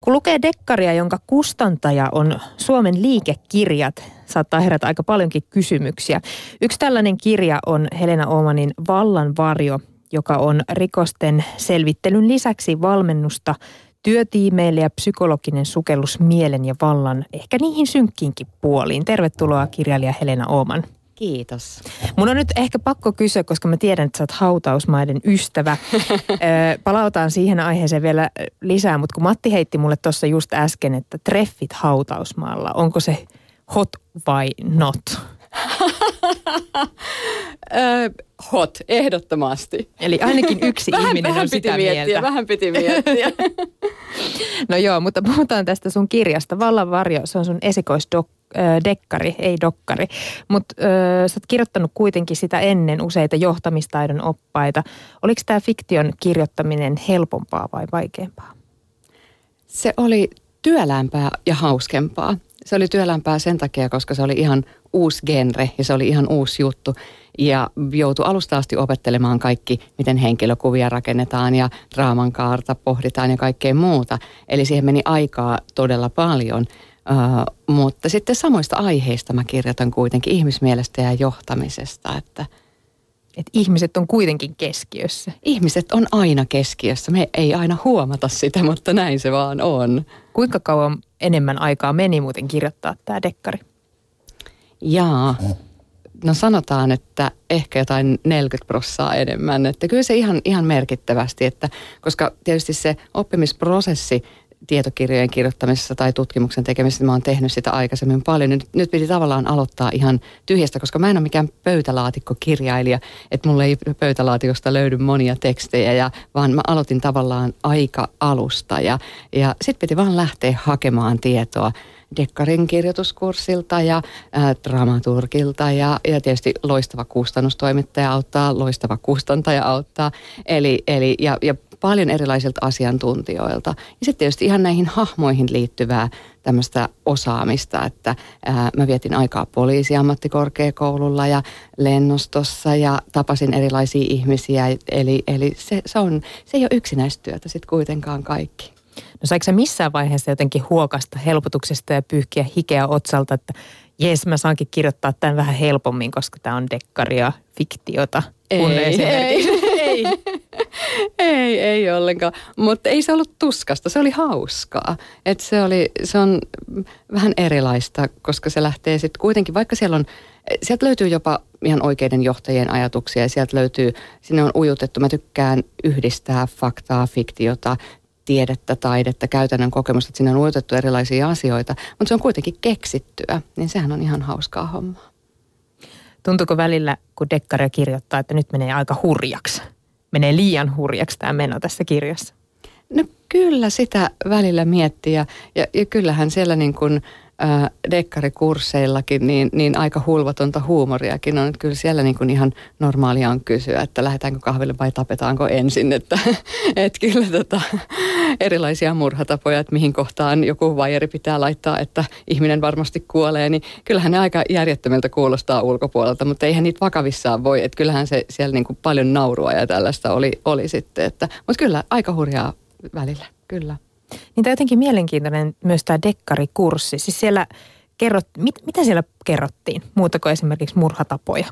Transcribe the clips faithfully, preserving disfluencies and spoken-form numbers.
Kun lukee dekkaria, jonka kustantaja on Suomen liikekirjat, saattaa herätä aika paljonkin kysymyksiä. Yksi tällainen kirja on Helena Åmanin Vallan varjo, joka on rikosten selvittelyn lisäksi valmennusta työtiimeille ja psykologinen sukellus mielen ja vallan, ehkä niihin synkkiinkin puoliin. Tervetuloa kirjailija Helena Åman. Kiitos. Mun on nyt ehkä pakko kysyä, koska mä tiedän, että sä oot hautausmaiden ystävä. Palautaan siihen aiheeseen vielä lisää, mutta kun Matti heitti mulle tuossa just äsken, että treffit hautausmaalla, onko se hot vai not? Hot, ehdottomasti. Eli ainakin yksi vähän, ihminen vähän on sitä miettiä, mieltä. Vähän piti miettiä. No joo, mutta puhutaan tästä sun kirjasta. Vallan varjo, se on sun esikoisdekkari, ei dokkari. Mutta sä oot kirjoittanut kuitenkin sitä ennen useita johtamistaidon oppaita. Oliko tämä fiktion kirjoittaminen helpompaa vai vaikeampaa? Se oli työlämpää ja hauskempaa. Se oli työlämpää sen takia, koska se oli ihan uusi genre ja se oli ihan uusi juttu. Ja joutui alusta asti opettelemaan kaikki, miten henkilökuvia rakennetaan ja draaman kaarta pohditaan ja kaikkea muuta. Eli siihen meni aikaa todella paljon. Uh, mutta sitten samoista aiheista mä kirjoitan kuitenkin ihmismielestä ja johtamisesta, että Et ihmiset on kuitenkin keskiössä. Ihmiset on aina keskiössä. Me ei aina huomata sitä, mutta näin se vaan on. Kuinka kauan enemmän aikaa meni muuten kirjoittaa tämä dekkari? Jaa, no sanotaan, että ehkä jotain neljäkymmentä prosenttia enemmän. Että kyllä se ihan, ihan merkittävästi, että koska tietysti se oppimisprosessi tietokirjojen kirjoittamisessa tai tutkimuksen tekemisessä, mä oon tehnyt sitä aikaisemmin paljon. Nyt, nyt piti tavallaan aloittaa ihan tyhjästä, koska mä en ole mikään pöytälaatikkokirjailija, että mulle ei pöytälaatikosta löydy monia tekstejä, ja, vaan mä aloitin tavallaan aika alusta ja, ja sit piti vaan lähteä hakemaan tietoa dekkarin kirjoituskurssilta ja ä, dramaturgilta ja, ja tietysti loistava kustannustoimittaja auttaa, loistava kustantaja auttaa, eli, eli ja, ja paljon erilaisilta asiantuntijoilta. Ja sitten tietysti ihan näihin hahmoihin liittyvää tämmöistä osaamista, että ää, mä vietin aikaa poliisiammattikorkeakoululla ja lennostossa ja tapasin erilaisia ihmisiä, eli, eli se, se, on, se ei ole yksinäistyötä sitten kuitenkaan kaikki. No saiko sä missään vaiheessa jotenkin huokasta helpotuksesta ja pyyhkiä hikeä otsalta, että jes, mä saankin kirjoittaa tämän vähän helpommin, koska tämä on dekkaria, fiktiota, kun ei, esimerkiksi. Ei, ei, ei ollenkaan. Mutta ei se ollut tuskasta, se oli hauskaa. Että se, oli, se on vähän erilaista, koska se lähtee sitten kuitenkin, vaikka siellä on, sieltä löytyy jopa ihan oikeiden johtajien ajatuksia ja sieltä löytyy, sinne on ujutettu, mä tykkään yhdistää faktaa, fiktiota, tiedettä, taidetta, käytännön kokemusta, että sinne on ujutettu erilaisia asioita, mutta se on kuitenkin keksittyä, niin sehän on ihan hauskaa hommaa. Tuntuuko välillä, kun dekkaria kirjoittaa, että nyt menee aika hurjaksi? Menee liian hurjaksi tämä meno tässä kirjassa? No kyllä sitä välillä miettii ja, ja, ja kyllähän siellä niin kuin äh, dekkarikursseillakin niin, niin aika hulvatonta huumoriakin on. Että kyllä siellä niin kuin ihan normaalia on kysyä, että lähdetäänkö kahville vai tapetaanko ensin. Että et kyllä tota, erilaisia murhatapoja, että mihin kohtaan joku vaieri pitää laittaa, että ihminen varmasti kuolee. Niin kyllähän ne aika järjettömältä kuulostaa ulkopuolelta, mutta eihän niitä vakavissaan voi. Että kyllähän se siellä niin kuin paljon naurua ja tällaista oli, oli sitten. Että, mutta kyllä aika hurjaa välillä, kyllä. Niin tämä jotenkin mielenkiintoinen myös tämä dekkarikurssi. Siis siellä kerrot, mit, mitä siellä kerrottiin, muuta kuin esimerkiksi murhatapoja?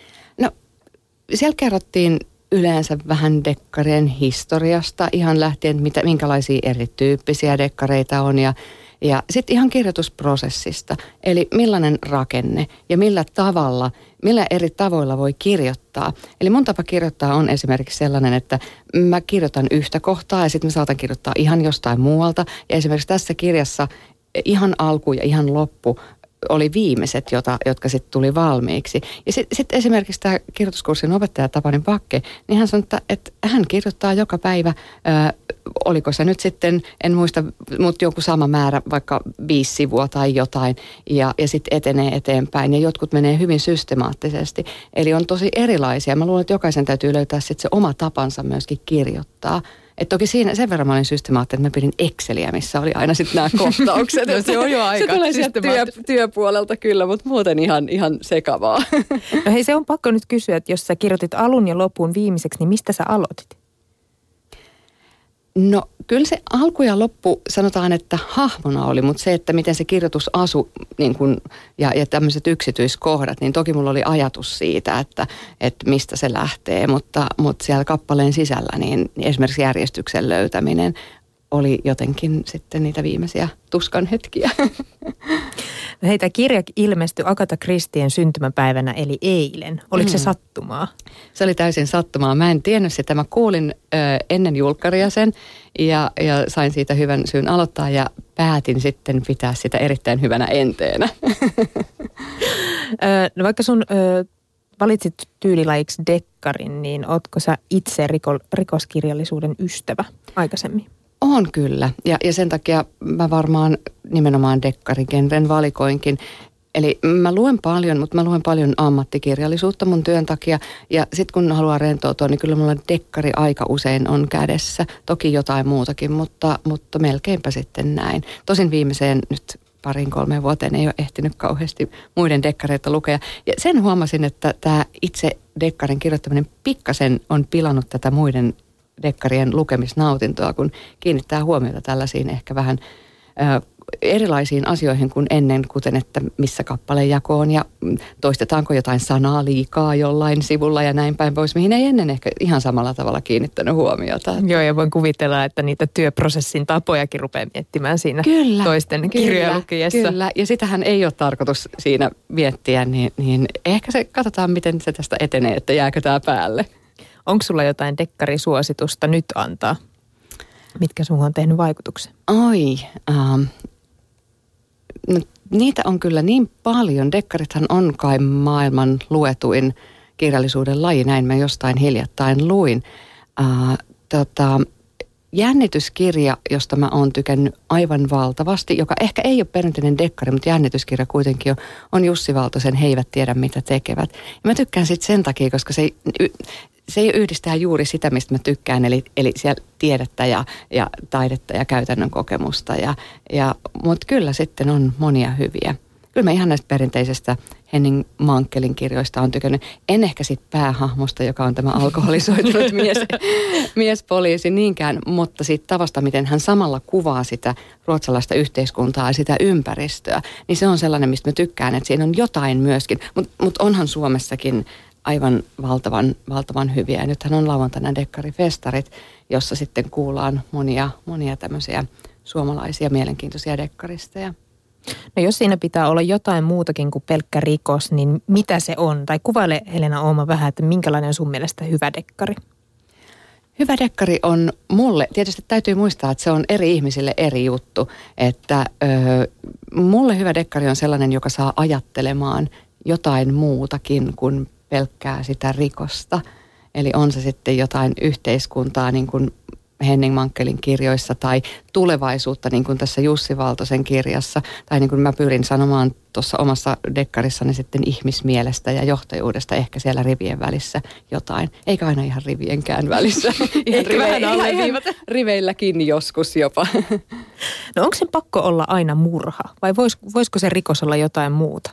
No siellä kerrottiin yleensä vähän dekkarien historiasta, ihan lähtien, mitä, minkälaisia erityyppisiä dekkareita on ja, ja sitten ihan kirjoitusprosessista. Eli millainen rakenne ja millä tavalla, millä eri tavoilla voi kirjoittaa. Eli mun tapa kirjoittaa on esimerkiksi sellainen, että mä kirjoitan yhtä kohtaa ja sitten mä saatan kirjoittaa ihan jostain muualta. Ja esimerkiksi tässä kirjassa ihan alku ja ihan loppu oli viimeiset, jota, jotka sitten tuli valmiiksi. Ja sitten sit esimerkiksi tämä kirjoituskurssin opettaja Tapani Bakke, niin hän sanoi, että, että hän kirjoittaa joka päivä, ö, oliko se nyt sitten, en muista, mutta joku sama määrä, vaikka viisi sivua tai jotain, ja, ja sitten etenee eteenpäin. Ja jotkut menee hyvin systemaattisesti. Eli on tosi erilaisia. Mä luulen, että jokaisen täytyy löytää sitten se oma tapansa myöskin kirjoittaa. Että toki siinä sen verran mä olin systemaattinen, että mä pidin Exceliä, missä oli aina sitten nämä kohtaukset. No se on jo aika se tulee sieltä työ, työpuolelta kyllä, mutta muuten ihan, ihan sekavaa. No hei, se on pakko nyt kysyä, että jos sä kirjoitit alun ja lopun viimeiseksi, niin mistä sä aloitit? No kyllä se alku ja loppu sanotaan, että hahmona oli, mutta se, että miten se kirjoitus asui niin kun, ja, ja tämmöiset yksityiskohdat, niin toki mulla oli ajatus siitä, että, että mistä se lähtee, mutta, mutta siellä kappaleen sisällä niin esimerkiksi järjestyksen löytäminen oli jotenkin sitten niitä viimeisiä tuskan hetkiä. Hei, tämä kirja ilmestyi Agatha Christien syntymäpäivänä eli eilen. Oliko mm. se sattumaa? Se oli täysin sattumaa. Mä en tiennyt sitä. Mä kuulin ö, ennen julkkaria sen ja, ja sain siitä hyvän syyn aloittaa ja päätin sitten pitää sitä erittäin hyvänä enteenä. no vaikka sun ö, valitsit tyylilajiksi dekkarin, niin ootko sä itse riko, rikoskirjallisuuden ystävä aikaisemmin? On kyllä. Ja, ja sen takia mä varmaan nimenomaan dekkarigenren valikoinkin. Eli mä luen paljon, mutta mä luen paljon ammattikirjallisuutta mun työn takia. Ja sitten kun haluaa rentoutua, niin kyllä mulla dekkari aika usein on kädessä. Toki jotain muutakin, mutta, mutta melkeinpä sitten näin. Tosin viimeiseen nyt parin kolmeen vuoteen ei ole ehtinyt kauheasti muiden dekkareita lukea. Ja sen huomasin, että tämä itse dekkarin kirjoittaminen pikkasen on pilannut tätä muiden dekkarien lukemisnautintoa, kun kiinnittää huomiota tällaisiin ehkä vähän ö, erilaisiin asioihin kuin ennen, kuten että missä kappalejako on ja toistetaanko jotain sanaa liikaa jollain sivulla ja näin päin pois, mihin ei ennen ehkä ihan samalla tavalla kiinnittänyt huomiota. Joo, ja voin kuvitella, että niitä työprosessin tapojakin rupeaa miettimään siinä kyllä, toisten kirjoja lukiessa. Kyllä, ja sitähän ei ole tarkoitus siinä miettiä, niin, niin ehkä se katsotaan, miten se tästä etenee, että jääkö tämä päälle. Onko sulla jotain dekkarisuositusta nyt antaa? Mitkä sun on tehnyt vaikutuksen? Oi, ähm, no, niitä on kyllä niin paljon. Dekkarithan on kai maailman luetuin kirjallisuuden laji, näin mä jostain hiljattain luin. Äh, tota, jännityskirja, josta mä oon tykännyt aivan valtavasti, joka ehkä ei ole perinteinen dekkari, mutta jännityskirja kuitenkin on, on Jussi Valtosen He eivät tiedä mitä tekevät. Ja mä tykkään sit sen takia, koska se se yhdistää juuri sitä, mistä mä tykkään, eli, eli siellä tiedettä ja, ja taidetta ja käytännön kokemusta. Ja, ja, mutta kyllä sitten on monia hyviä. Kyllä mä ihan näistä perinteisestä Henning Mankellin kirjoista on tykännyt. En ehkä sit päähahmosta, joka on tämä alkoholisoitunut mies, miespoliisi niinkään, mutta siitä tavasta, miten hän samalla kuvaa sitä ruotsalaista yhteiskuntaa ja sitä ympäristöä, niin se on sellainen, mistä mä tykkään, että siinä on jotain myöskin. Mutta mut onhan Suomessakin aivan valtavan, valtavan hyviä. Ja nythän on lauantaina dekkarifestarit, jossa sitten kuullaan monia, monia tämmöisiä suomalaisia mielenkiintoisia dekkaristeja. No jos siinä pitää olla jotain muutakin kuin pelkkä rikos, niin mitä se on? Tai kuvaile Helena Ooman vähän, että minkälainen on sun mielestä hyvä dekkari? Hyvä dekkari on mulle, tietysti täytyy muistaa, että se on eri ihmisille eri juttu. Että ö, mulle hyvä dekkari on sellainen, joka saa ajattelemaan jotain muutakin kuin pelkkää sitä rikosta. Eli on se sitten jotain yhteiskuntaa niin kuin Henning Mankellin kirjoissa tai tulevaisuutta niin kuin tässä Jussi Valtosen kirjassa. Tai niin kuin mä pyrin sanomaan tuossa omassa dekkarissani sitten ihmismielestä ja johtajuudesta ehkä siellä rivien välissä jotain. Eikä aina ihan rivienkään välissä. ihan, rive, ihan, ihan riveilläkin joskus jopa. No onko sen pakko olla aina murha vai vois, voisiko se rikos olla jotain muuta?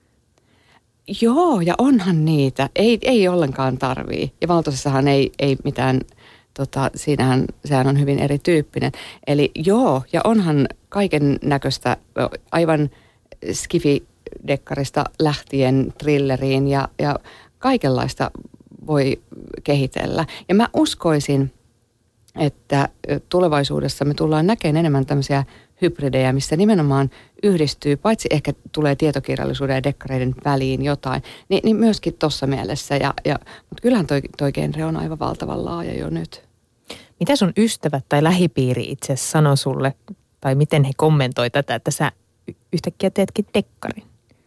Joo, ja onhan niitä. Ei, ei ollenkaan tarvii. Ja Valtosessahan ei, ei mitään, tota, siinähän sehän on hyvin erityyppinen. Eli joo, ja onhan kaiken näköistä aivan skifi-dekkarista lähtien thrilleriin ja, ja kaikenlaista voi kehitellä. Ja mä uskoisin, että tulevaisuudessa me tullaan näkemään enemmän tämmöisiä hybridejä, missä nimenomaan yhdistyy, paitsi ehkä tulee tietokirjallisuuden ja dekkareiden väliin jotain, niin, niin myöskin tuossa mielessä. Ja, ja, mutta kyllähän toi, toi genre on aivan valtavan laaja jo nyt. Mitä sun ystävät tai lähipiiri itse sanoo sulle, tai miten he kommentoi tätä, että sä yhtäkkiä teetkin dekkarin?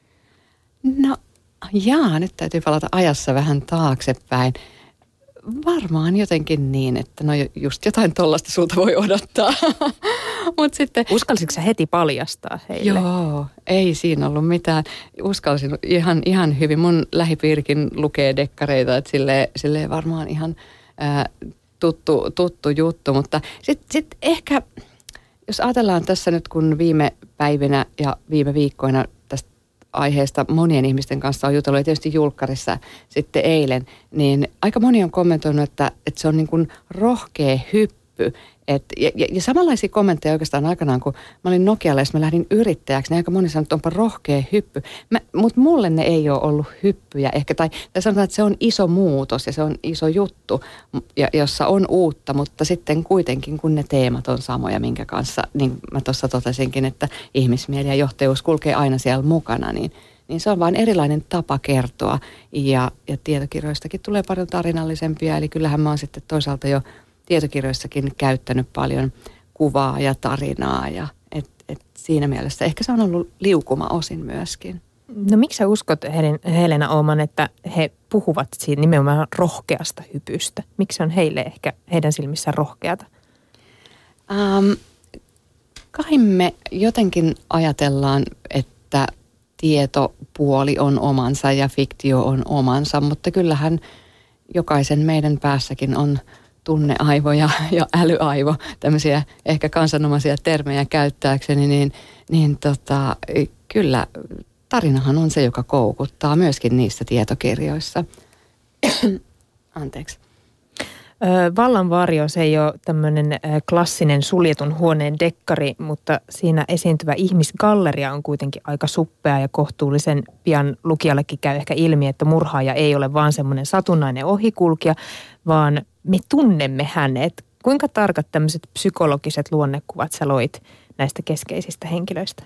No jaa, nyt täytyy palata ajassa vähän taaksepäin. Varmaan jotenkin niin, että no just jotain tollaista sulta voi odottaa. Mut sitten, uskalsitko sä heti paljastaa heille? Joo, ei siinä ollut mitään. Uskalsin ihan, ihan hyvin. Mun lähipiirikin lukee dekkareita, että silleen, silleen varmaan ihan ää, tuttu, tuttu juttu. Mutta sitten sit ehkä, jos ajatellaan tässä nyt, kun viime päivinä ja viime viikkoina tästä aiheesta monien ihmisten kanssa on jutellut, ja tietysti julkkarissa sitten eilen, niin aika moni on kommentoinut, että, että se on niin kuin rohkea hyppy hyppy. Et, ja, ja samanlaisia kommentteja oikeastaan aikanaan, kun mä olin Nokialla ja mä lähdin yrittäjäksi, niin aika moni sanoi, että onpa rohkea hyppy. Mutta mulle ne ei ole ollut hyppyjä ehkä, tai, tai sanotaan, että se on iso muutos ja se on iso juttu, ja, jossa on uutta, mutta sitten kuitenkin, kun ne teemat on samoja, minkä kanssa, niin mä tuossa totesinkin, että ihmismieli ja johtajuus kulkee aina siellä mukana, niin niin se on vain erilainen tapa kertoa ja, ja tietokirjoistakin tulee paljon tarinallisempia, eli kyllähän mä oon sitten toisaalta jo tietokirjoissakin käyttänyt paljon kuvaa ja tarinaa ja et, et siinä mielessä ehkä se on ollut liukuma osin myöskin. No miksi sä uskot, Helena Åhman, että he puhuvat siitä nimenomaan rohkeasta hypystä? Miksi se on heille ehkä heidän silmissään rohkeata? Ähm, kai me jotenkin ajatellaan, että tietopuoli on omansa ja fiktio on omansa, mutta kyllähän jokaisen meidän päässäkin on tunneaivo ja, ja älyaivo, tämmöisiä ehkä kansanomaisia termejä käyttääkseni, niin, niin tota, kyllä tarinahan on se, joka koukuttaa myöskin niissä tietokirjoissa. Anteeksi. Vallan varjo, se ei ole tämmöinen klassinen suljetun huoneen dekkari, mutta siinä esiintyvä ihmisgalleria on kuitenkin aika suppea ja kohtuullisen pian lukijallekin käy ehkä ilmi, että murhaaja ei ole vaan semmoinen satunnainen ohikulkija, vaan me tunnemme hänet. Kuinka tarkat tämmöiset psykologiset luonnekuvat sä loit näistä keskeisistä henkilöistä?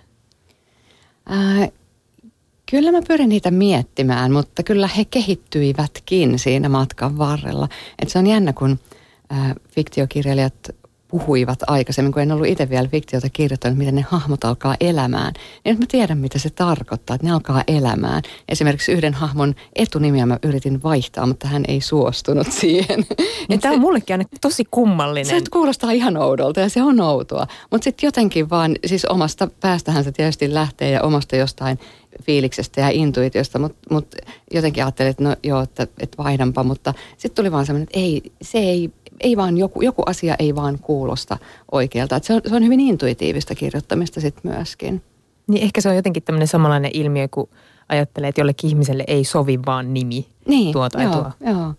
Ää, kyllä mä pyrin niitä miettimään, mutta kyllä he kehittyivätkin siinä matkan varrella. Et se on jännä, kun ää, fiktiokirjailijat puhuivat aikaisemmin, kun en ollut itse vielä fiktiota kirjoittanut, miten ne hahmot alkaa elämään. Niin nyt mä tiedän, mitä se tarkoittaa, että ne alkaa elämään. Esimerkiksi yhden hahmon etunimiä mä yritin vaihtaa, mutta hän ei suostunut siihen. Niin tämä on mullekin aina tosi kummallinen. Se kuulostaa ihan oudolta ja se on outoa. Mutta sitten jotenkin vaan, siis omasta päästähän se tietysti lähtee ja omasta jostain fiiliksestä ja intuitiosta, mutta mut jotenkin ajattelin, että no joo, että, että vaihdanpa, mutta sitten tuli vaan semmoinen, että ei, se ei, ei vaan joku, joku asia ei vaan kuulosta oikealta. Että se on, se on hyvin intuitiivista kirjoittamista sitten myöskin. Niin ehkä se on jotenkin tämmöinen samanlainen ilmiö, kun ajattelee, että jollekin ihmiselle ei sovi vaan nimi niin, tuo tai joo, tuo. Joo.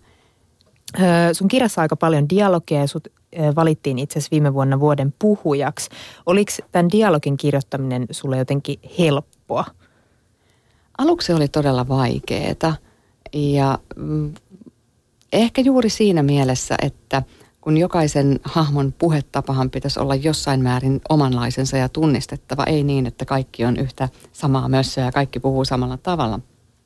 Öö, sun kirjassa on aika paljon dialogia ja sut ö, valittiin itse asiassa viime vuonna vuoden puhujaksi. Oliko tämän dialogin kirjoittaminen sulle jotenkin helppoa? Aluksi oli todella vaikeaa ja mm, ehkä juuri siinä mielessä, että kun jokaisen hahmon puhetapahan pitäisi olla jossain määrin omanlaisensa ja tunnistettava, ei niin, että kaikki on yhtä samaa mössöä ja kaikki puhuu samalla tavalla.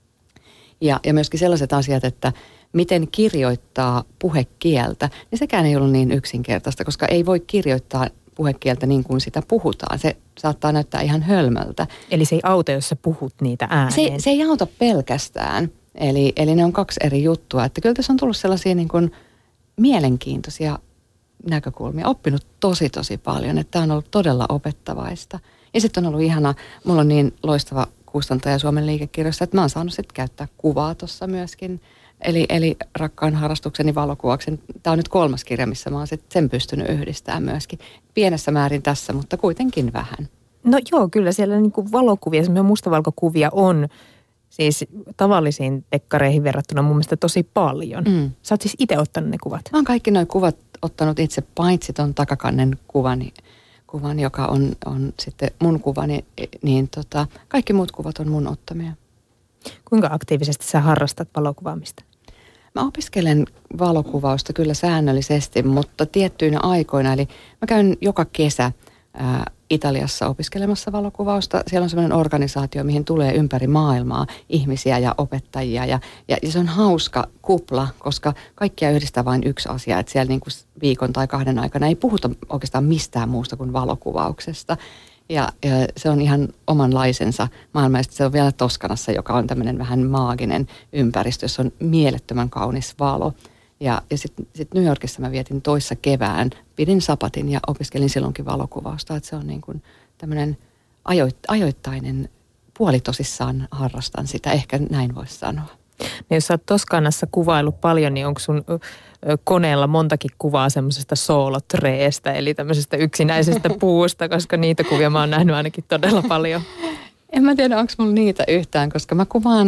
Ja, ja myöskin sellaiset asiat, että miten kirjoittaa puhekieltä, niin sekään ei ollut niin yksinkertaista, koska ei voi kirjoittaa puhekieltä niin kuin sitä puhutaan. Se saattaa näyttää ihan hölmöltä. Eli se ei auta, jos sä puhut niitä ääneen. Se, se ei auta pelkästään. Eli, eli ne on kaksi eri juttua. Että kyllä tässä on tullut sellaisia niin kuin mielenkiintoisia näkökulmia. Oppinut tosi tosi paljon. Että tämä on ollut todella opettavaista. Ja sitten on ollut ihana, mulla on niin loistava kustantaja Suomen liikekirjoissa, että mä oon saanut sitten käyttää kuvaa tuossa myöskin. Eli, eli rakkaan harrastukseni valokuvauksen. Tämä on nyt kolmas kirja, missä mä oon sit sen pystynyt yhdistämään myöskin. Pienessä määrin tässä, mutta kuitenkin vähän. No joo, kyllä siellä niinku valokuvia, semmoisia mustavalkokuvia on siis tavallisiin dekkareihin verrattuna mun mielestä tosi paljon. Mm. Sä oot siis itse ottanut ne kuvat? Mä oon kaikki nuo kuvat ottanut itse, paitsi ton takakannen kuvani, kuvan, joka on, on sitten mun kuvani, niin tota, kaikki muut kuvat on mun ottamia. Kuinka aktiivisesti sä harrastat valokuvaamista? Mä opiskelen valokuvausta kyllä säännöllisesti, mutta tiettyinä aikoina. Eli mä käyn joka kesä ää, Italiassa opiskelemassa valokuvausta. Siellä on sellainen organisaatio, mihin tulee ympäri maailmaa ihmisiä ja opettajia. Ja, ja, ja se on hauska kupla, koska kaikkia yhdistää vain yksi asia. Että siellä niin kuin viikon tai kahden aikana ei puhuta oikeastaan mistään muusta kuin valokuvauksesta. Ja, ja se on ihan omanlaisensa maailma. Ja se on vielä Toskanassa, joka on tämmöinen vähän maaginen ympäristö, jossa on mielettömän kaunis valo. Ja, ja sitten sit New Yorkissa mä vietin toissa kevään, pidin sapatin ja opiskelin silloinkin valokuvausta. Että se on niin kuin tämmöinen ajoit, ajoittainen, puolitosissaan harrastan sitä, ehkä näin voisi sanoa. No jos sä oot Toskanassa kuvaillut paljon, niin onko sun koneella montakin kuvaa semmoisesta soolotreestä, eli tämmöisestä yksinäisestä puusta, koska niitä kuvia mä oon nähnyt ainakin todella paljon. En mä tiedä, onko mulla niitä yhtään, koska mä kuvaan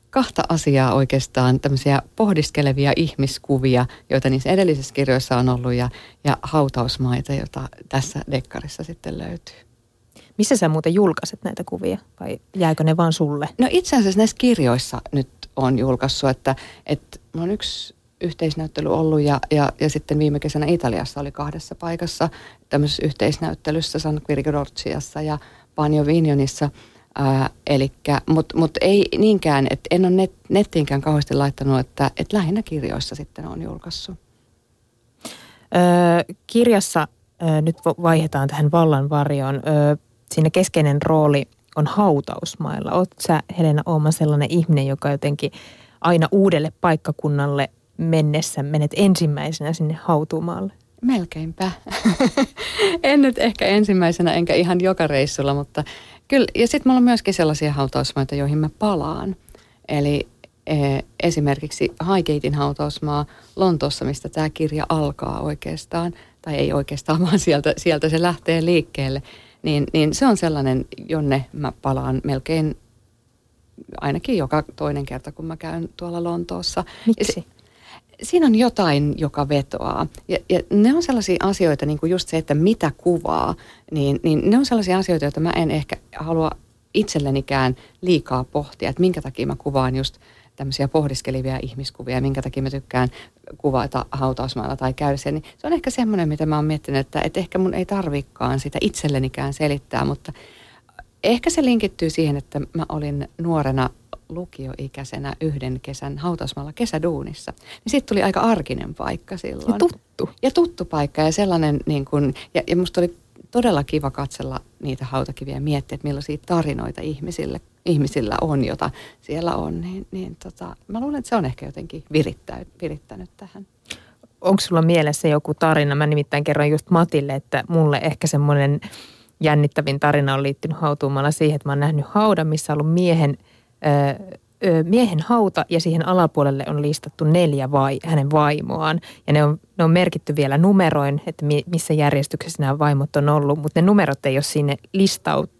kahta asiaa oikeastaan, tämmöisiä pohdiskelevia ihmiskuvia, joita niissä edellisissä kirjoissa on ollut, ja, ja hautausmaita, joita tässä dekkarissa sitten löytyy. Missä sä muuten julkaiset näitä kuvia, vai jääkö ne vaan sulle? No itse asiassa näissä kirjoissa nyt on julkaissut, että, että on yksi yhteisnäyttely ollut, ja, ja, ja sitten viime kesänä Italiassa oli kahdessa paikassa tämmöisessä yhteisnäyttelyssä, San Quirigorciassa ja Bagno Vignonissa. Äh, elikkä, mutta mut ei niinkään, että en ole net, nettiinkään kauheasti laittanut, että et lähinnä kirjoissa sitten on julkaissut. Öö, kirjassa öö, nyt vaihdetaan tähän vallanvarjoon. Öö, siinä keskeinen rooli on hautausmailla. Oot sä, Helena Ooman, sellainen ihminen, joka jotenkin aina uudelle paikkakunnalle mennessä menet ensimmäisenä sinne hautuumaalle? Melkeinpä. En nyt ehkä ensimmäisenä enkä ihan joka reissulla, mutta kyllä. Ja sitten mulla on myöskin sellaisia hautausmaita, joihin mä palaan. Eli e, esimerkiksi Highgatein hautausmaa Lontoossa, mistä tämä kirja alkaa oikeastaan, tai ei oikeastaan, vaan sieltä, sieltä se lähtee liikkeelle, niin, niin se on sellainen, jonne mä palaan melkein ainakin joka toinen kerta, kun mä käyn tuolla Lontoossa. Miksi? Siinä on jotain, joka vetoaa. Ja, ja ne on sellaisia asioita, niin kuin just se, että mitä kuvaa, niin, niin ne on sellaisia asioita, joita mä en ehkä halua itsellenikään liikaa pohtia, että minkä takia mä kuvaan just tämmöisiä pohdiskelivia ihmiskuvia, minkä takia mä tykkään kuvata hautausmaalla tai käydä siellä. Niin se on ehkä semmoinen, mitä mä oon miettinyt, että, että ehkä mun ei tarvikaan sitä itsellenikään selittää, mutta ehkä se linkittyy siihen, että mä olin nuorena lukioikäisenä yhden kesän hautausmaalla kesäduunissa. Niin siitä tuli aika arkinen paikka silloin. Ja tuttu. Ja tuttu paikka ja sellainen, niin kuin, ja, ja musta oli todella kiva katsella niitä hautakiviä ja miettiä, että millaisia tarinoita ihmisille, ihmisillä on, jota siellä on. Niin, niin tota, mä luulen, että se on ehkä jotenkin virittänyt, virittänyt tähän. Onko sulla mielessä joku tarina? Mä nimittäin kerron just Matille, että mulle ehkä semmoinen jännittävin tarina on liittynyt hautuumalla siihen, että mä oon nähnyt haudan, missä on ollut miehen, öö, miehen hauta ja siihen alapuolelle on listattu neljä vai, hänen vaimoaan. Ja ne on, ne on merkitty vielä numeroin, että mi, missä järjestyksessä nämä vaimot on ollut, mutta ne numerot ei ole sinne listaut,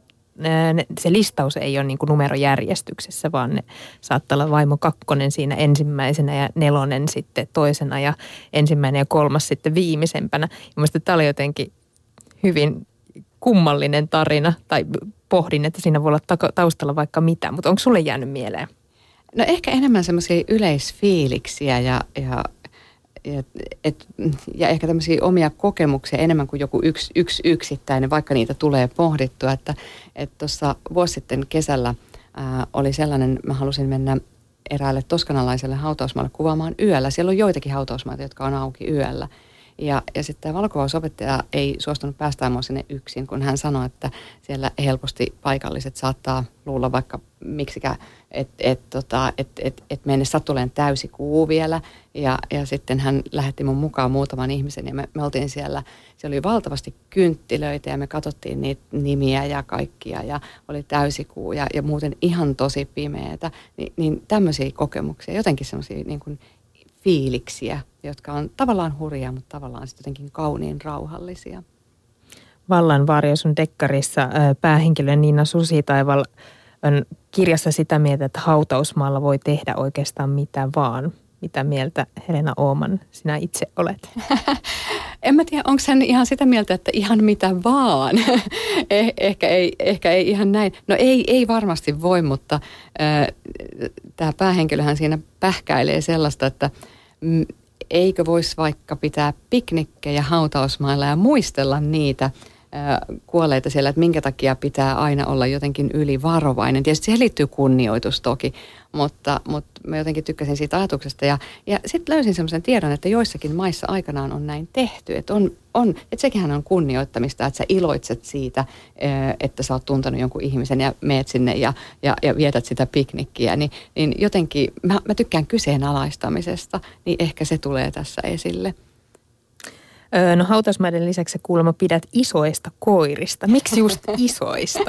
se listaus ei ole niin kuin numerojärjestyksessä, vaan ne saattaa olla vaimo kakkonen siinä ensimmäisenä ja nelonen sitten toisena ja ensimmäinen ja kolmas sitten viimeisempänä. Ja mielestäni tämä oli jotenkin hyvin kummallinen tarina, tai pohdin, että siinä voi olla taustalla vaikka mitä, mutta onko sulle jäänyt mieleen? No ehkä enemmän semmoisia yleisfiiliksiä ja, ja, ja, et, ja ehkä tämmöisiä omia kokemuksia enemmän kuin joku yksi, yksi yksittäinen, vaikka niitä tulee pohdittua. Että tuossa vuosi sitten kesällä ää, oli sellainen, mä halusin mennä eräälle toskanalaiselle hautausmaalle kuvaamaan yöllä. Siellä on joitakin hautausmaita, jotka on auki yöllä. Ja, ja sitten tämä valokuvausopettaja ei suostunut päästään mua sinne yksin, kun hän sanoi, että siellä helposti paikalliset saattaa luulla vaikka miksikä, että et, tota, et, et, et mene sattuleen täysi kuu vielä. Ja, ja sitten hän lähetti mun mukaan muutaman ihmisen ja me, me oltiin siellä, siellä oli valtavasti kynttilöitä ja me katsottiin niitä nimiä ja kaikkia ja oli täysikuu ja, ja muuten ihan tosi pimeätä. Ni, niin tämmöisiä kokemuksia, jotenkin semmoisia niin kuin fiiliksiä, jotka on tavallaan hurjaa, mutta tavallaan sitten jotenkin kauniin rauhallisia. Vallanvarjo sun dekkarissa päähenkilö Niina Susitaival on kirjassa sitä mieltä, että hautausmaalla voi tehdä oikeastaan mitä vaan. Mitä mieltä, Helena Ooman, sinä itse olet? En mä tiedä, onko hän ihan sitä mieltä, että ihan mitä vaan. eh, ehkä, ei, ehkä ei ihan näin. No ei, ei varmasti voi, mutta äh, tämä päähenkilöhän siinä pähkäilee sellaista, että mm, eikö voisi vaikka pitää piknikkejä hautausmailla ja muistella niitä kuolleita siellä, että minkä takia pitää aina olla jotenkin ylivarovainen. Tietysti siihen liittyy kunnioitus toki, mutta, mutta mä jotenkin tykkäsin siitä ajatuksesta. Ja, ja sitten löysin semmoisen tiedon, että joissakin maissa aikanaan on näin tehty. Että, on, on, että sekinhän on kunnioittamista, että sä iloitset siitä, että sä oot tuntenut jonkun ihmisen ja meet sinne ja, ja, ja vietät sitä piknikkiä. Niin, niin jotenkin, mä, mä tykkään kyseenalaistamisesta, niin ehkä se tulee tässä esille. No hautausmaiden lisäksi kuulemma pidät isoista koirista. Miksi just isoista?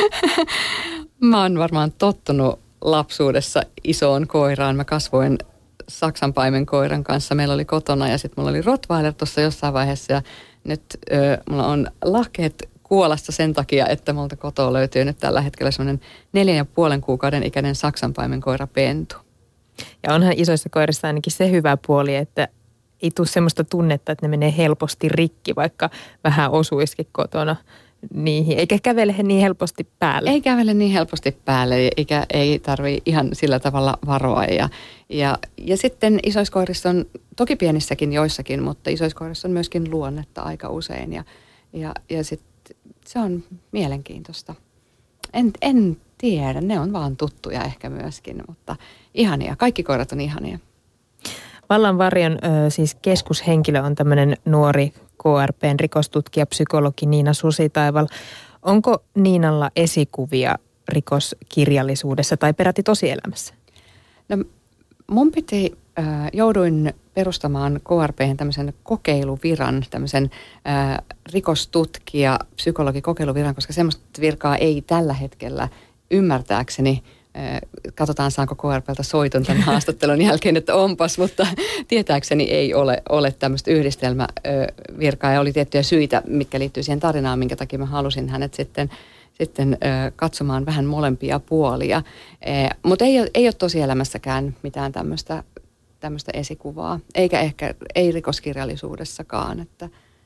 Mä oon varmaan tottunut lapsuudessa isoon koiraan. Mä kasvoin saksanpaimen koiran kanssa. Meillä oli kotona ja sitten mulla oli rottweiler tuossa jossain vaiheessa. Ja nyt ö, mulla on lahkeet kuolasta sen takia, että multa kotoa löytyy nyt tällä hetkellä semmoinen neljän ja puolen kuukauden ikäinen saksanpaimenkoira Pentu. Ja onhan isoissa koirissa ainakin se hyvä puoli, että ei tule semmoista tunnetta, että ne menee helposti rikki, vaikka vähän osuisikin kotona niihin. Eikä kävele niin helposti päälle. Ei kävele niin helposti päälle, eikä ei tarvitse ihan sillä tavalla varoa. Ja, ja, ja sitten isoiskoirissa on, toki pienissäkin joissakin, mutta isoiskoirissa on myöskin luonnetta aika usein. Ja, ja, ja sitten se on mielenkiintoista. En, en tiedä, ne on vaan tuttuja ehkä myöskin, mutta ihania. Kaikki koirat on ihania. Vallanvarjon siis keskushenkilö on tämmöinen nuori K R P:n rikostutkija, psykologi Niina Susitaival. Onko Niinalla esikuvia rikoskirjallisuudessa tai peräti tosielämässä? No mun piti, äh, jouduin perustamaan K R P:hen tämmöisen kokeiluviran, tämmöisen äh, rikostutkija, psykologi kokeiluviran, koska semmoista virkaa ei tällä hetkellä ymmärtääkseni. Katsotaan, saanko K R P:ltä soiton tämän haastattelun jälkeen, että onpas, mutta tietääkseni ei ole, ole tämmöistä yhdistelmävirkaa ja oli tiettyjä syitä, mitkä liittyy siihen tarinaan, minkä takia mä halusin hänet sitten, sitten katsomaan vähän molempia puolia. Mutta ei, ei ole tosielämässäkään mitään tämmöistä, tämmöistä esikuvaa, eikä ehkä ei rikoskirjallisuudessakaan. Että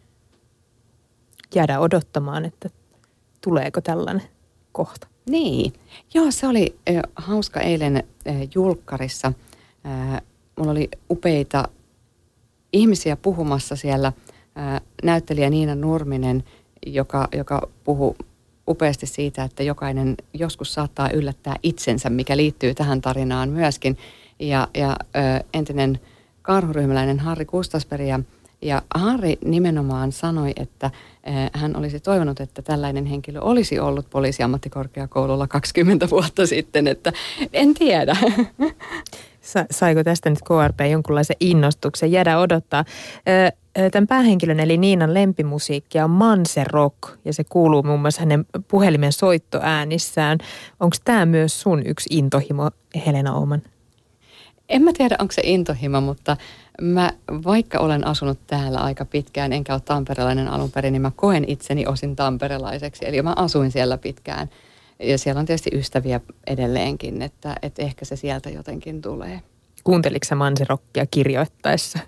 jäädä odottamaan, että tuleeko tällainen kohta. Niin. Joo, se oli äh, hauska eilen äh, julkkarissa. Äh, mulla oli upeita ihmisiä puhumassa siellä. Äh, näyttelijä Niina Nurminen, joka, joka puhui upeasti siitä, että jokainen joskus saattaa yllättää itsensä, mikä liittyy tähän tarinaan myöskin. Ja, ja äh, entinen karhuryhmäläinen Harri Kustasberg ja Ja Harri nimenomaan sanoi, että hän olisi toivonut, että tällainen henkilö olisi ollut poliisiammattikorkeakoululla kaksikymmentä vuotta sitten, että en tiedä. Saiko tästä nyt K R P jonkunlaisen innostuksen? Jäädä odottaa. Tämän päähenkilön eli Niinan lempimusiikkia on Manse Rock ja se kuuluu muun muassa hänen puhelimen soittoäänissään. Onko tämä myös sun yksi intohimo, Helena Åhman? En mä tiedä, onko se intohimo, mutta mä vaikka olen asunut täällä aika pitkään, enkä ole tamperelainen alun perin, niin mä koen itseni osin tamperelaiseksi. Eli mä asuin siellä pitkään ja siellä on tietysti ystäviä edelleenkin, että, että ehkä se sieltä jotenkin tulee. Kuunteliko sä Manse Rockia kirjoittaessa?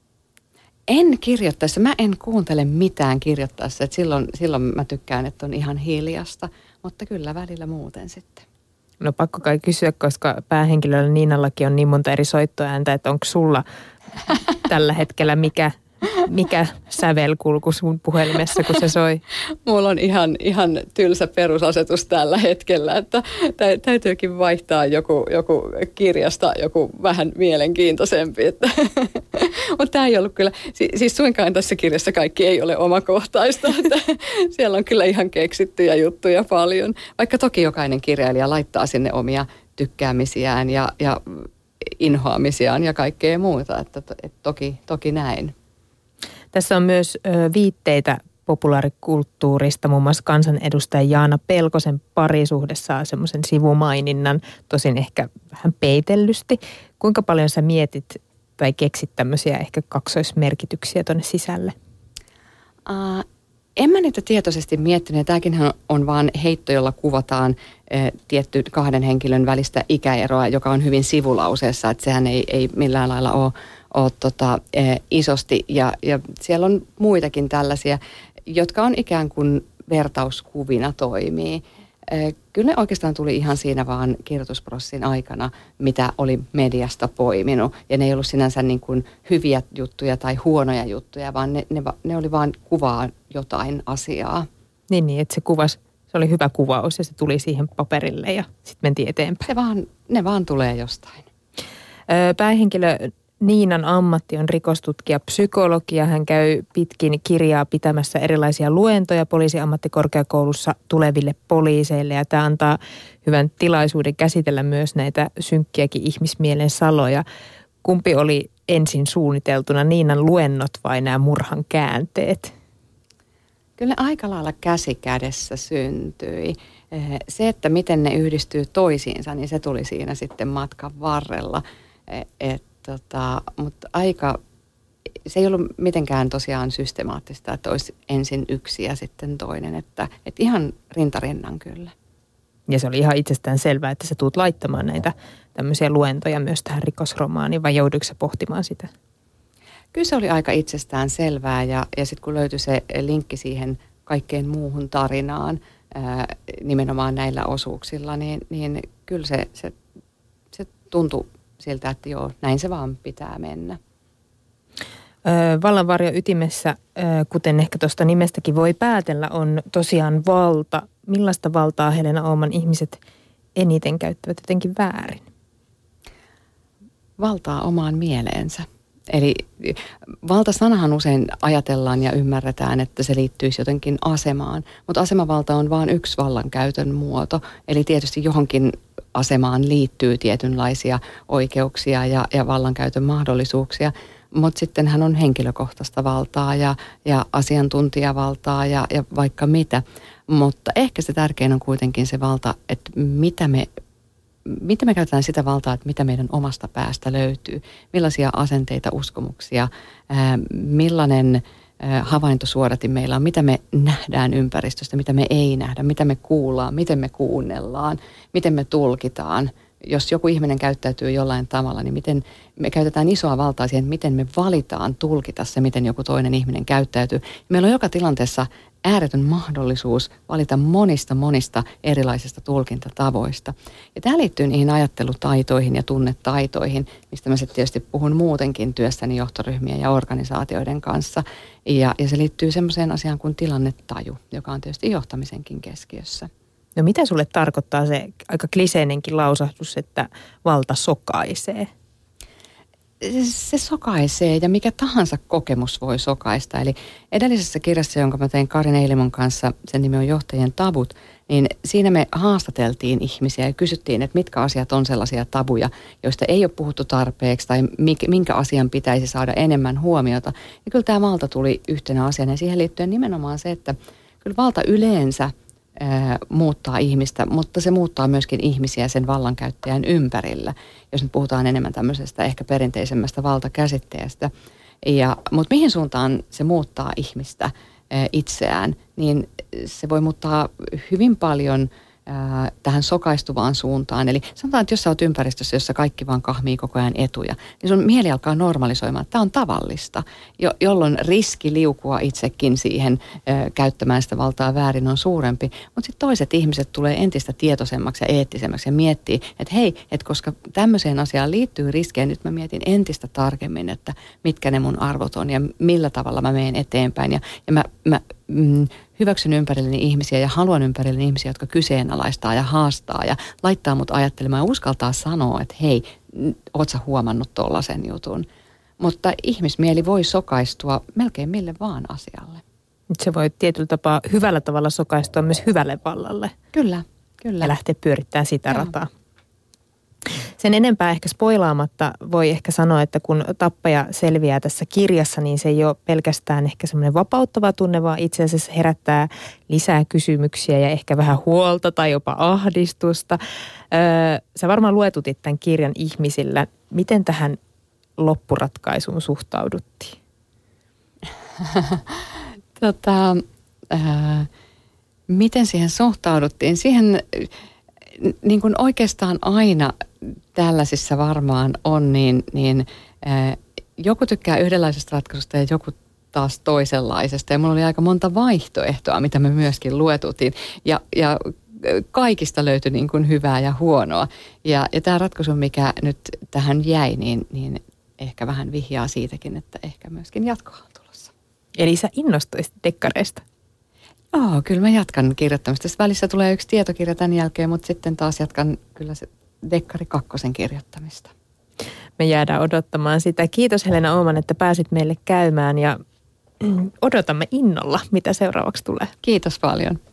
En kirjoittaessa. Mä en kuuntele mitään kirjoittaessa. Että silloin, silloin mä tykkään, että on ihan hiljasta, mutta kyllä välillä muuten sitten. No pakko kai kysyä, koska päähenkilöllä Niinallakin on niin monta eri soittoääntä, että onko sulla tällä hetkellä mikä, mikä sävelkulku sun puhelimessa, kun se soi? Mulla on ihan, ihan tylsä perusasetus tällä hetkellä, että täytyykin vaihtaa joku, joku kirjasta, joku vähän mielenkiintoisempi. Että mutta tämä ei ollut kyllä, siis suinkaan tässä kirjassa kaikki ei ole omakohtaista, että siellä on kyllä ihan keksittyjä juttuja paljon. Vaikka toki jokainen kirjailija laittaa sinne omia tykkäämisiään ja, ja inhoamisiaan ja kaikkea muuta, että, että toki, toki näin. Tässä on myös ö, viitteitä populaarikulttuurista, muun muassa kansanedustaja Jaana Pelkosen parisuhde saa semmoisen sivumaininnan, tosin ehkä vähän peitellysti. Kuinka paljon sä mietit tai keksit tämmöisiä ehkä kaksoismerkityksiä tuonne sisälle? Uh, en mä niitä tietoisesti miettinyt. Tämäkin on vaan heitto, jolla kuvataan eh, tietty kahden henkilön välistä ikäeroa, joka on hyvin sivulauseessa, että sehän ei, ei millään lailla ole, ole tota, eh, isosti. Ja, ja siellä on muitakin tällaisia, jotka on ikään kuin vertauskuvina toimii. Kyllä ne oikeastaan tuli ihan siinä vaan kirjoitusprosessin aikana, mitä oli mediasta poiminut. Ja ne ei ollut sinänsä niin kuin hyviä juttuja tai huonoja juttuja, vaan ne, ne, ne oli vaan kuvaa jotain asiaa. Niin, niin, että se kuvas, se oli hyvä kuvaus ja se tuli siihen paperille ja sitten mentiin eteenpäin. Se vaan, ne vaan tulee jostain. Päähenkilö Niinan ammatti on rikostutkija, psykologia. Hän käy pitkin kirjaa pitämässä erilaisia luentoja poliisiammattikorkeakoulussa tuleville poliiseille. Ja tämä antaa hyvän tilaisuuden käsitellä myös näitä synkkiäkin ihmismielen saloja. Kumpi oli ensin suunniteltuna, Niinan luennot vai nämä murhan käänteet? Kyllä ne aika lailla käsi kädessä syntyi. Se, että miten ne yhdistyy toisiinsa, niin se tuli siinä sitten matkan varrella. Et Tota, mutta aika se ei ollut mitenkään tosiaan systemaattista, että olisi ensin yksi ja sitten toinen, että, että ihan rintarinnan kyllä. Ja se oli ihan itsestään selvää, että sä tuut laittamaan näitä tämmöisiä luentoja myös tähän rikosromaaniin, vai joudutko sä pohtimaan sitä? Kyllä se oli aika itsestään selvää ja, ja sitten kun löytyi se linkki siihen kaikkeen muuhun tarinaan ää, nimenomaan näillä osuuksilla, niin, niin kyllä se, se, se tuntui siltä, että joo, näin se vaan pitää mennä. Vallanvarjo ytimessä, kuten ehkä tuosta nimestäkin voi päätellä, on tosiaan valta. Millaista valtaa Helena Ooman ihmiset eniten käyttävät jotenkin väärin? Valtaa omaan mieleensä. Eli valtasanahan usein ajatellaan ja ymmärretään, että se liittyisi jotenkin asemaan, mutta asemavalta on vain yksi vallankäytön muoto. Eli tietysti johonkin asemaan liittyy tietynlaisia oikeuksia ja, ja vallankäytön mahdollisuuksia, mutta sitten hän on henkilökohtaista valtaa ja, ja asiantuntijavaltaa ja, ja vaikka mitä. Mutta ehkä se tärkein on kuitenkin se valta, että mitä me, mitä me käytetään sitä valtaa, että mitä meidän omasta päästä löytyy. Millaisia asenteita, uskomuksia, ää, millainen ää, havaintosuodatin meillä on, mitä me nähdään ympäristöstä, mitä me ei nähdä, mitä me kuullaan, miten me kuunnellaan, miten me tulkitaan. Jos joku ihminen käyttäytyy jollain tavalla, niin miten me käytetään isoa valtaa siihen, että miten me valitaan tulkita se, miten joku toinen ihminen käyttäytyy. Meillä on joka tilanteessa ääretön mahdollisuus valita monista, monista erilaisista tulkintatavoista. Ja tämä liittyy niihin ajattelutaitoihin ja tunnetaitoihin, mistä mä sitten tietysti puhun muutenkin työssäni johtoryhmien ja organisaatioiden kanssa. Ja, ja se liittyy semmoiseen asiaan kuin tilannetaju, joka on tietysti johtamisenkin keskiössä. No mitä sulle tarkoittaa se aika kliseinenkin lausahdus, että valta sokaisee? Se sokaisee ja mikä tahansa kokemus voi sokaista. Eli edellisessä kirjassa, jonka mä tein Karin Eilimon kanssa, sen nimi on Johtajien tabut, niin siinä me haastateltiin ihmisiä ja kysyttiin, että mitkä asiat on sellaisia tabuja, joista ei ole puhuttu tarpeeksi tai minkä asian pitäisi saada enemmän huomiota. Ja kyllä tämä valta tuli yhtenä asiana ja siihen liittyen nimenomaan se, että kyllä valta yleensä muuttaa ihmistä, mutta se muuttaa myöskin ihmisiä sen vallankäyttäjän ympärillä, jos nyt puhutaan enemmän tämmöisestä ehkä perinteisemmästä valtakäsitteestä. Ja, mutta mihin suuntaan se muuttaa ihmistä itseään, niin se voi muuttaa hyvin paljon tähän sokaistuvaan suuntaan. Eli sanotaan, että jos sä oot ympäristössä, jossa kaikki vaan kahmii koko ajan etuja, niin sun mieli alkaa normalisoimaan, että tämä on tavallista, jo, jolloin riski liukua itsekin siihen ö, käyttämään sitä valtaa väärin on suurempi. Mutta sitten toiset ihmiset tulee entistä tietoisemmaksi ja eettisemmäksi ja miettii, että hei, että koska tämmöiseen asiaan liittyy riskejä, nyt mä mietin entistä tarkemmin, että mitkä ne mun arvot on ja millä tavalla mä menen eteenpäin. Ja, ja mä... mä mm, hyväksyn ympärilleni ihmisiä ja haluan ympärilleni ihmisiä, jotka kyseenalaistaa ja haastaa ja laittaa mut ajattelemaan ja uskaltaa sanoa, että hei, oot sä huomannut tollasen jutun. Mutta ihmismieli voi sokaistua melkein mille vaan asialle. Se voi tietyllä tapaa hyvällä tavalla sokaistua myös hyvälle vallalle. Kyllä, kyllä. Ja lähteä pyörittämään sitä rataa. Sen enempää ehkä spoilaamatta voi ehkä sanoa, että kun tappaja selviää tässä kirjassa, niin se ei ole pelkästään ehkä semmoinen vapauttava tunne, vaan itse asiassa herättää lisää kysymyksiä ja ehkä vähän huolta tai jopa ahdistusta. Öö, sä varmaan luetutit tämän kirjan ihmisillä. Miten tähän loppuratkaisuun suhtauduttiin? tota, äh, miten siihen suhtauduttiin? Siihen niin kuin oikeastaan aina tällaisissa varmaan on, niin, niin äh, joku tykkää yhdenlaisesta ratkaisusta ja joku taas toisenlaisesta. Ja mulla oli aika monta vaihtoehtoa, mitä me myöskin luetutin. Ja, ja kaikista löytyi niin kuin hyvää ja huonoa. Ja, ja tämä ratkaisu, mikä nyt tähän jäi, niin, niin ehkä vähän vihjaa siitäkin, että ehkä myöskin jatkoa on tulossa. Eli sä innostuisit dekkareista? Joo, kyllä mä jatkan kirjoittamista. Tässä välissä tulee yksi tietokirja tämän jälkeen, mutta sitten taas jatkan kyllä se dekkari kakkosen kirjoittamista. Me jäädään odottamaan sitä. Kiitos Helena Ooman, että pääsit meille käymään ja odotamme innolla, mitä seuraavaksi tulee. Kiitos paljon.